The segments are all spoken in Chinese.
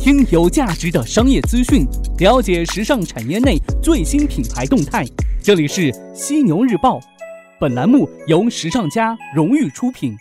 听有价值的商业资讯，了解时尚产业内最新品牌动态。这里是犀牛日报，本栏目由时尚家荣誉出品。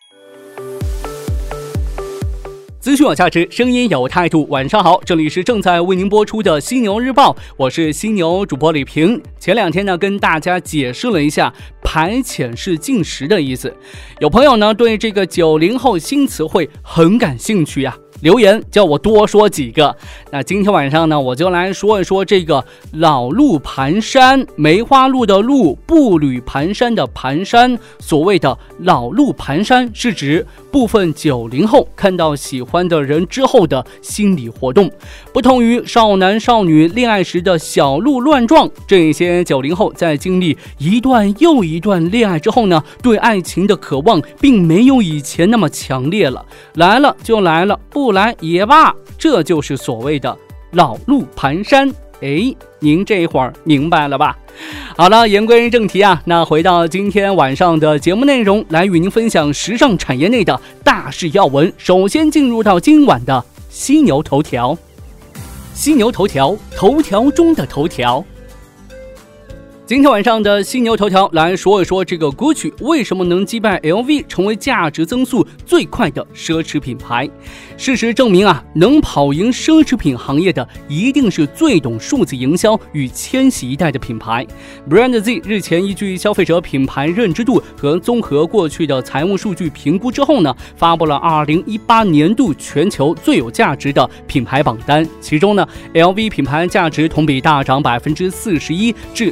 资讯有价值，声音有态度。晚上好，这里是正在为您播出的犀牛日报，我是犀牛主播李平。前两天呢，跟大家解释了一下排遣是进食的意思。有朋友呢对这个90后新词汇很感兴趣呀，留言叫我多说几个。那今天晚上呢，我就来说一说这个老路盘山，梅花鹿的鹿，步履蹒跚的蹒跚。所谓的老路盘山，是指部分90后看到喜欢的人之后的心理活动。不同于少男少女恋爱时的小鹿乱撞，这些90后在经历一段又一段恋爱之后呢，对爱情的渴望并没有以前那么强烈了，来了就来了，不来也罢，这就是所谓的老路盘山。您这会儿明白了吧？好了，言归正题啊，那回到今天晚上的节目内容，来与您分享时尚产业内的大事要闻。首先进入到今晚的犀牛头条。犀牛头条，头条中的头条。今天晚上的犀牛头条来说一说这个 Gucci 为什么能击败 LV 成为价值增速最快的奢侈品牌。事实证明啊，能跑赢奢侈品行业的一定是最懂数字营销与千禧一代的品牌。Brand Z 日前依据消费者品牌认知度和综合过去的财务数据评估之后呢，发布了2018年度全球最有价值的品牌榜单。其中呢 LV 品牌价值同比大涨41%至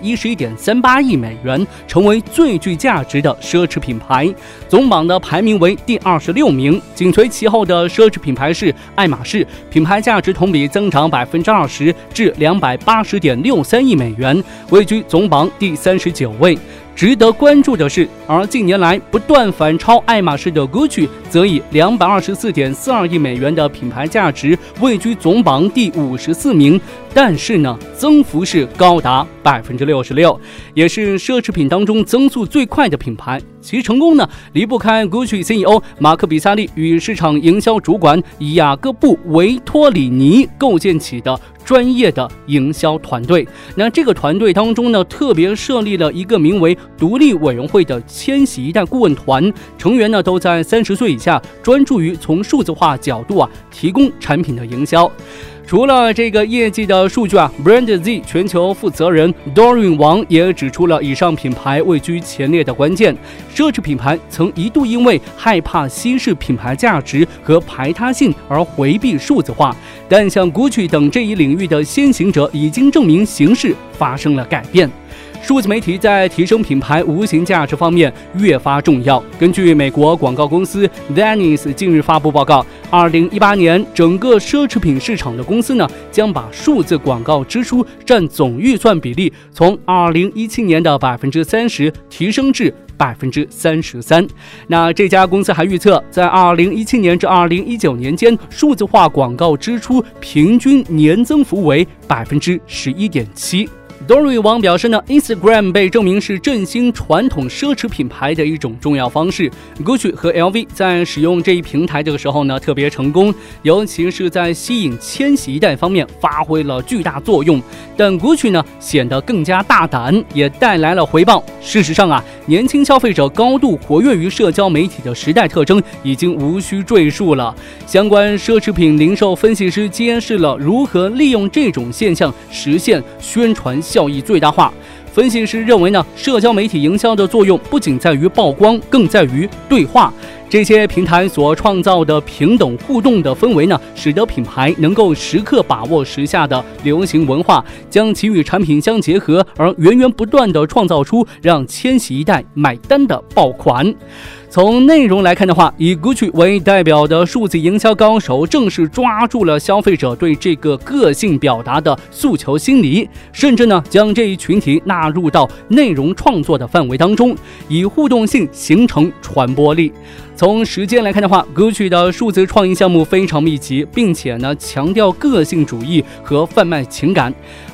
411.38亿美元，成为最具价值的奢侈品牌。总榜的排名为第26名，紧随其后的奢侈品牌是爱马仕，品牌价值同比增长20%至280.63亿美元，位居总榜第39位。值得关注的是，而近年来不断反超爱马仕的 Gucci 则以224.42亿美元的品牌价值位居总榜第54名，但是呢，增幅是高达66%，也是奢侈品当中增速最快的品牌。其成功呢，离不开 Gucci CEO 马克比萨利与市场营销主管雅各布维托里尼构建起的专业的营销团队。那这个团队当中呢，特别设立了一个名为独立委员会的千禧一代顾问团，成员呢都在30岁以下，专注于从数字化角度提供产品的营销。除了这个业绩的数据Brand Z 全球负责人 Dorian 王也指出了以上品牌位居前列的关键。奢侈品牌曾一度因为害怕稀释品牌价值和排他性而回避数字化，但像 Gucci 等这一领域的先行者已经证明形势发生了改变。数字媒体在提升品牌无形价值方面越发重要。根据美国广告公司 Zenith 近日发布报告，2018年整个奢侈品市场的公司呢，将把数字广告支出占总预算比例从2017年的30%提升至33%。那这家公司还预测，在2017年至2019年间，数字化广告支出平均年增幅为11.7%。Dorian 王表示呢 ，Instagram 被证明是振兴传统奢侈品牌的一种重要方式。Gucci 和 LV 在使用这一平台这个时候呢，特别成功，尤其是在吸引千禧一代方面发挥了巨大作用。但 Gucci 呢，显得更加大胆，也带来了回报。事实上年轻消费者高度活跃于社交媒体的时代特征已经无需赘述了。相关奢侈品零售分析师揭示了如何利用这种现象实现宣传效益最大化。分析师认为呢，社交媒体营销的作用不仅在于曝光，更在于对话。这些平台所创造的平等互动的氛围呢，使得品牌能够时刻把握时下的流行文化，将其与产品相结合，而源源不断地创造出让千禧一代买单的爆款。从内容来看的话，以 Gucci 为代表的数字营销高手正是抓住了消费者对这个个性表达的诉求心理，甚至呢将这一群体纳入到内容创作的范围当中，以互动性形成传播力。从时间来看的话， Gucci 的数字创意项目非常密集，并且呢强调个性主义和贩卖情感。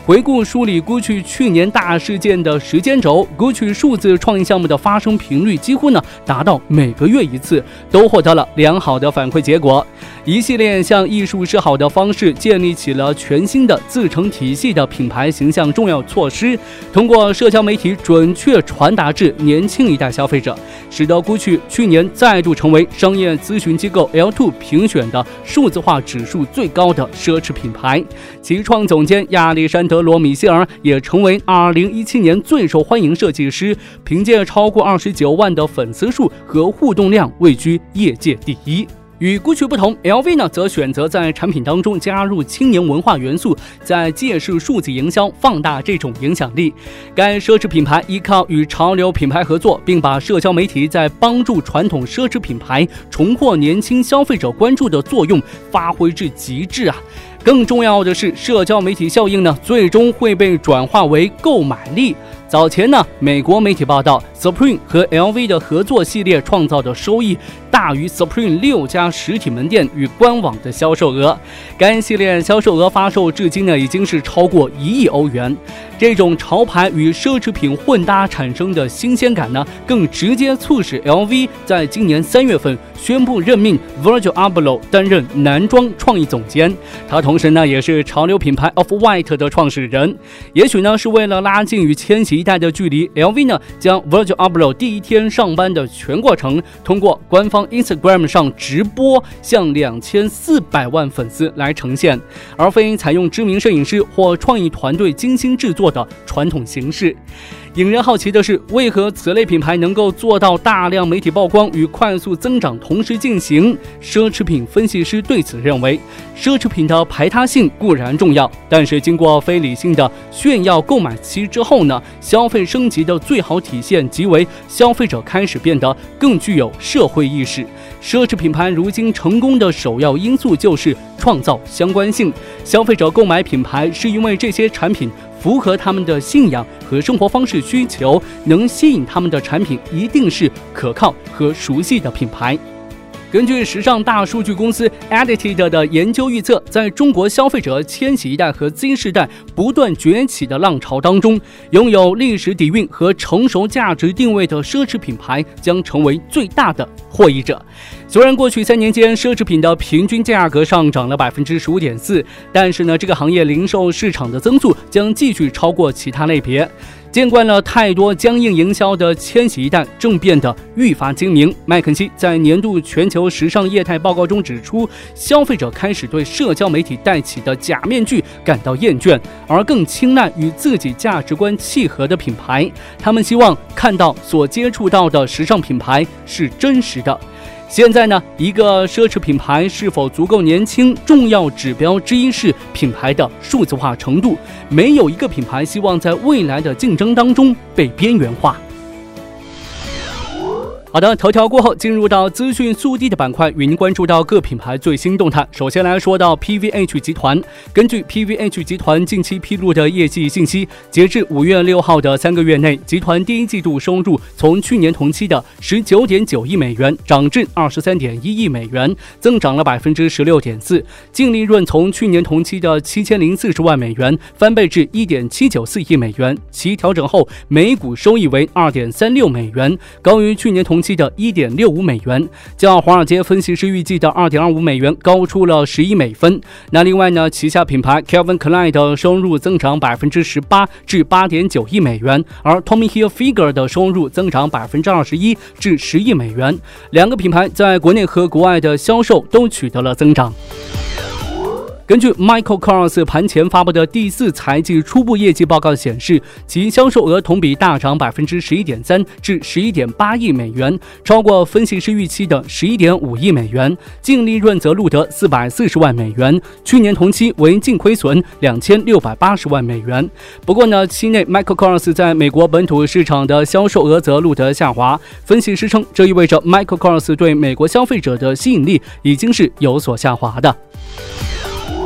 回顾梳理 Gucci 去年大事件的时间轴， Gucci 数字创意项目的发生频率几乎达到每个月一次，都获得了良好的反馈结果。一系列向艺术示好的方式建立起了全新的自成体系的品牌形象重要措施，通过社交媒体准确传达至年轻一代消费者，使得 Gucci 去年再度成为商业咨询机构 L2 评选的数字化指数最高的奢侈品牌。其创总监亚历山德罗·米歇尔也成为2017年最受欢迎设计师，凭借超过29万的粉丝数和互动量位居业界第一。与 Gucci 不同， LV 则选择在产品当中加入青年文化元素，在借势数字营销放大这种影响力。该奢侈品牌依靠与潮流品牌合作，并把社交媒体在帮助传统奢侈品牌重获年轻消费者关注的作用发挥至极致啊！更重要的是，社交媒体效应最终会被转化为购买力。早前美国媒体报道 Supreme 和 LV 的合作系列创造的收益大于 Supreme 6家实体门店与官网的销售额。该系列销售额发售至今已经是超过1亿欧元。这种潮牌与奢侈品混搭产生的新鲜感更直接促使 LV 在今年3月份宣布任命 Virgil Abloh 担任男装创意总监。他同时也是潮流品牌 Off-White 的创始人。也许是为了拉近与千禧一代的距离， LV 将 Virgil Abloh 第一天上班的全过程通过官方 Instagram 上直播向2400万粉丝来呈现，而非采用知名摄影师或创意团队精心制作的传统形式。引人好奇的是，为何此类品牌能够做到大量媒体曝光与快速增长同时进行？奢侈品分析师对此认为，奢侈品的排他性固然重要，但是经过非理性的炫耀购买期之后消费升级的最好体现即为消费者开始变得更具有社会意识。奢侈品牌如今成功的首要因素就是创造相关性，消费者购买品牌是因为这些产品符合他们的信仰和生活方式需求，能吸引他们的产品一定是可靠和熟悉的品牌。根据时尚大数据公司 Edited 的研究预测，在中国消费者千禧一代和 Z 世代不断崛起的浪潮当中，拥有历史底蕴和成熟价值定位的奢侈品牌将成为最大的获益者。虽然过去3年间奢侈品的平均价格上涨了 15.4%， 但是这个行业零售市场的增速将继续超过其他类别。见惯了太多僵硬营销的千禧一代正变得愈发精明。麦肯锡在年度全球时尚业态报告中指出，消费者开始对社交媒体戴起的假面具感到厌倦，而更青睐与自己价值观契合的品牌。他们希望看到所接触到的时尚品牌是真实的。现在一个奢侈品牌是否足够年轻，重要指标之一是品牌的数字化程度。没有一个品牌希望在未来的竞争当中被边缘化。好的，头条过后进入到资讯速递的板块，与您关注到各品牌最新动态。首先来说到 PVH 集团。根据 PVH 集团近期披露的业绩信息，截至5月6号的3个月内，集团第一季度收入从去年同期的 19.9 亿美元涨至 23.1 亿美元，增长了 16.4%。净利润从去年同期的7040万美元翻倍至 1.794 亿美元，其调整后每股收益为 2.36 美元，高于去年同期的 1.65 美元，较华尔街分析师预计的 2.25 美元高出了11美分。那另外旗下品牌 Calvin Klein 的收入增长 18% 至 8.9 亿美元，而 Tommy Hilfiger 的收入增长 21% 至10亿美元。两个品牌在国内和国外的销售都取得了增长。根据 Michael Kors 盘前发布的第4财季初步业绩报告显示，其销售额同比大涨 11.3% 至 11.8 亿美元，超过分析师预期的 11.5 亿美元，净利润则录得440万美元，去年同期为净亏损2680万美元。不过期内 Michael Kors 在美国本土市场的销售额则录得下滑，分析师称这意味着 Michael Kors 对美国消费者的吸引力已经是有所下滑的。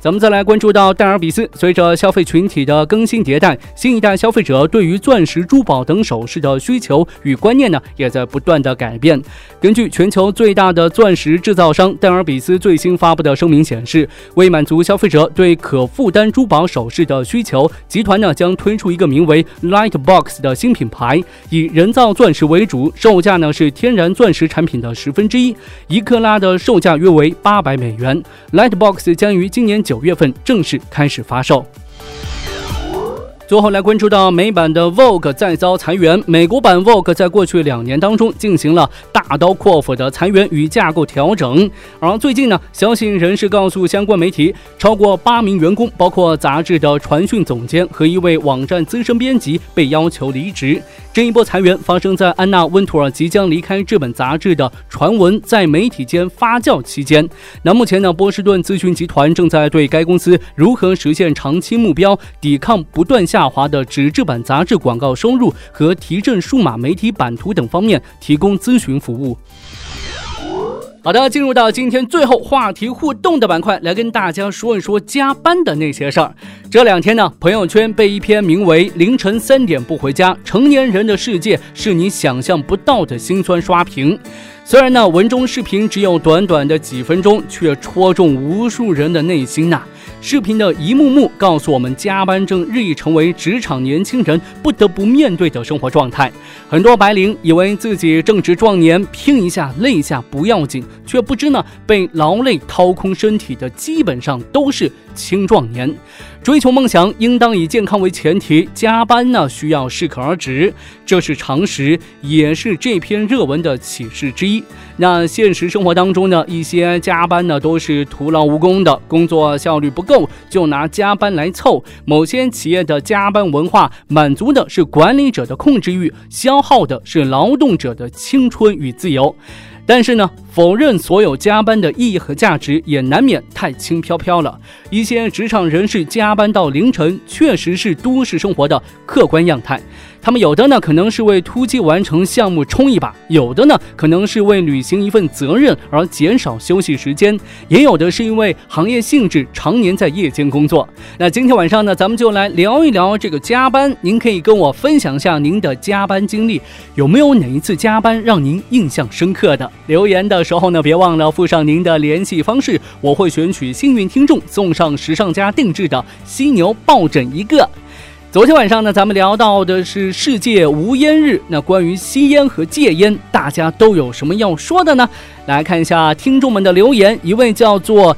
咱们再来关注到戴尔比斯，随着消费群体的更新迭代，新一代消费者对于钻石、珠宝等首饰的需求与观念呢，也在不断的改变。根据全球最大的钻石制造商戴尔比斯最新发布的声明显示，为满足消费者对可负担珠宝首饰的需求，集团呢将推出一个名为 Lightbox 的新品牌，以人造钻石为主，售价呢是天然钻石产品的1/10，1克拉的售价约为$800。Lightbox 将于今年9月份正式开始发售。最后来关注到美版的 Vogue 再遭裁员。美国版 Vogue 在过去2年当中进行了大刀阔斧的裁员与架构调整，而最近呢，消息人士告诉相关媒体，超过8名员工，包括杂志的传讯总监和一位网站资深编辑被要求离职。这一波裁员发生在安娜温图尔即将离开这本杂志的传闻在媒体间发酵期间。那目前呢，波士顿咨询集团正在对该公司如何实现长期目标，抵抗不断下滑的纸质版杂志广告收入和提振数码媒体版图等方面提供咨询服务。好的，进入到今天最后话题互动的板块，来跟大家说一说加班的那些事儿。这2天呢，朋友圈被一篇名为《凌晨3点不回家，成年人的世界是你想象不到的辛酸》刷屏。虽然呢，文中视频只有短短的几分钟，却戳中无数人的内心呐。视频的一幕幕告诉我们，加班正日益成为职场年轻人不得不面对的生活状态。很多白领以为自己正值壮年，拼一下累一下不要紧，却不知呢，被劳累掏空身体的基本上都是青壮年。追求梦想应当以健康为前提，加班呢需要适可而止，这是常识，也是这篇热文的启示之一。那现实生活当中呢，一些加班呢都是徒劳无功的，工作效率不够就拿加班来凑。某些企业的加班文化满足的是管理者的控制欲，消耗的是劳动者的青春与自由。但是呢，否认所有加班的意义和价值也难免太轻飘飘了。一些职场人士加班到凌晨，确实是都市生活的客观样态。他们有的呢可能是为突击完成项目冲一把，有的呢可能是为履行一份责任而减少休息时间，也有的是因为行业性质常年在夜间工作。那今天晚上呢，咱们就来聊一聊这个加班。您可以跟我分享一下您的加班经历，有没有哪一次加班让您印象深刻的？留言的时候呢，别忘了附上您的联系方式，我会选取幸运听众送上时尚家定制的犀牛抱枕一个。昨天晚上呢，咱们聊到的是世界无烟日。那关于吸烟和戒烟，大家都有什么要说的呢？来看一下听众们的留言。一位叫做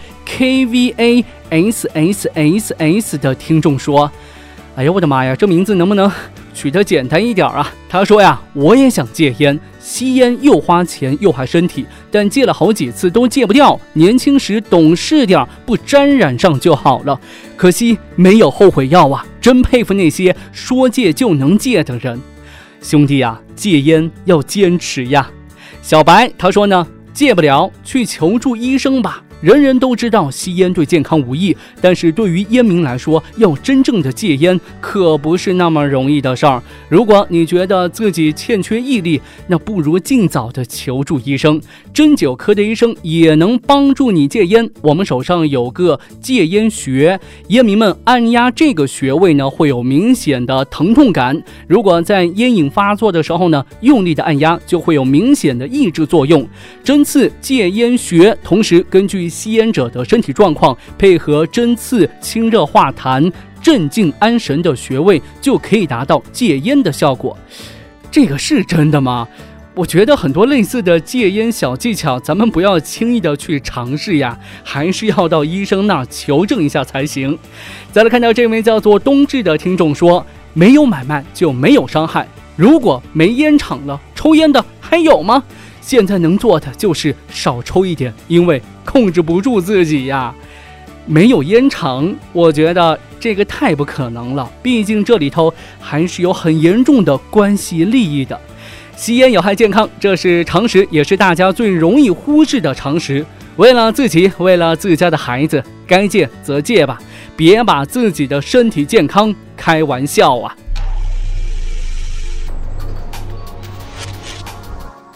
KVASSSS 的听众说：哎呀，我的妈呀，这名字能不能取得简单一点啊？他说呀，我也想戒烟，吸烟又花钱又害身体，但戒了好几次都戒不掉。年轻时懂事点，不沾染上就好了。可惜没有后悔药啊！真佩服那些说戒就能戒的人。兄弟啊，戒烟要坚持呀。小白他说呢，戒不了，去求助医生吧。人人都知道吸烟对健康无益，但是对于烟民来说，要真正的戒烟可不是那么容易的事儿。如果你觉得自己欠缺毅力，那不如尽早的求助医生。针灸科的医生也能帮助你戒烟。我们手上有个戒烟穴，烟民们按压这个穴位呢，会有明显的疼痛感。如果在烟瘾发作的时候呢，用力的按压就会有明显的抑制作用。针刺戒烟穴，同时根据吸烟者的身体状况，配合针刺清热化痰、镇静安神的穴位，就可以达到戒烟的效果。这个是真的吗？我觉得很多类似的戒烟小技巧，咱们不要轻易的去尝试呀，还是要到医生那求证一下才行。再来看到这位叫做冬至的听众说，没有买卖就没有伤害，如果没烟厂了，抽烟的还有吗？现在能做的就是少抽一点，因为控制不住自己呀。没有烟厂，我觉得这个太不可能了，毕竟这里头还是有很严重的关系利益的。吸烟有害健康，这是常识，也是大家最容易忽视的常识。为了自己，为了自家的孩子，该戒则戒吧，别把自己的身体健康开玩笑啊。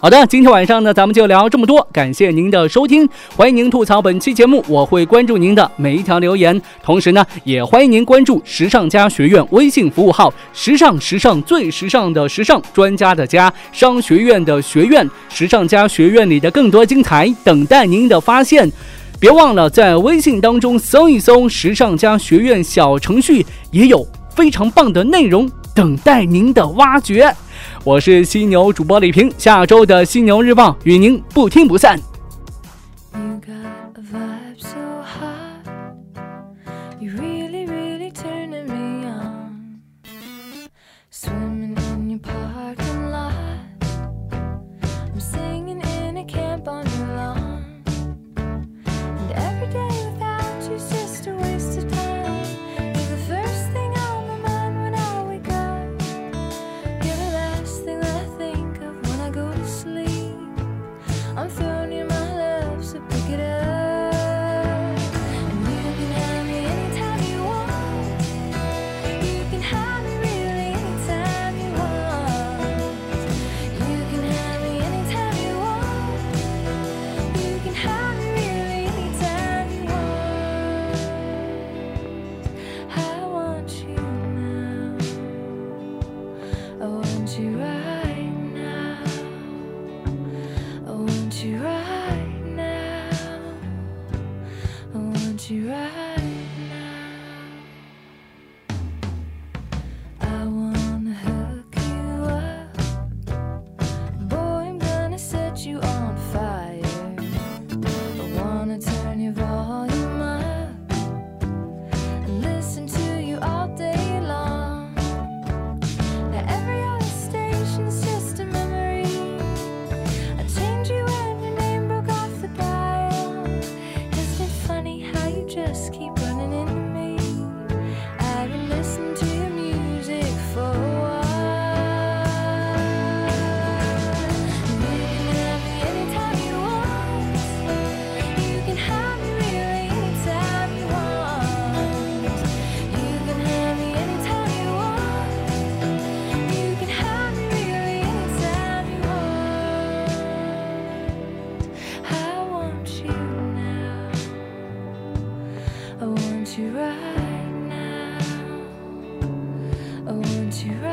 好的，今天晚上呢，咱们就聊这么多，感谢您的收听，欢迎您吐槽本期节目，我会关注您的每一条留言，同时呢，也欢迎您关注时尚家学院微信服务号，时尚最时尚的时尚，专家的家，商学院的学院，时尚家学院里的更多精彩等待您的发现。别忘了在微信当中搜一搜时尚家学院小程序，也有非常棒的内容等待您的挖掘。我是犀牛主播李平，下周的犀牛日报与您不听不散。 right now. I want you right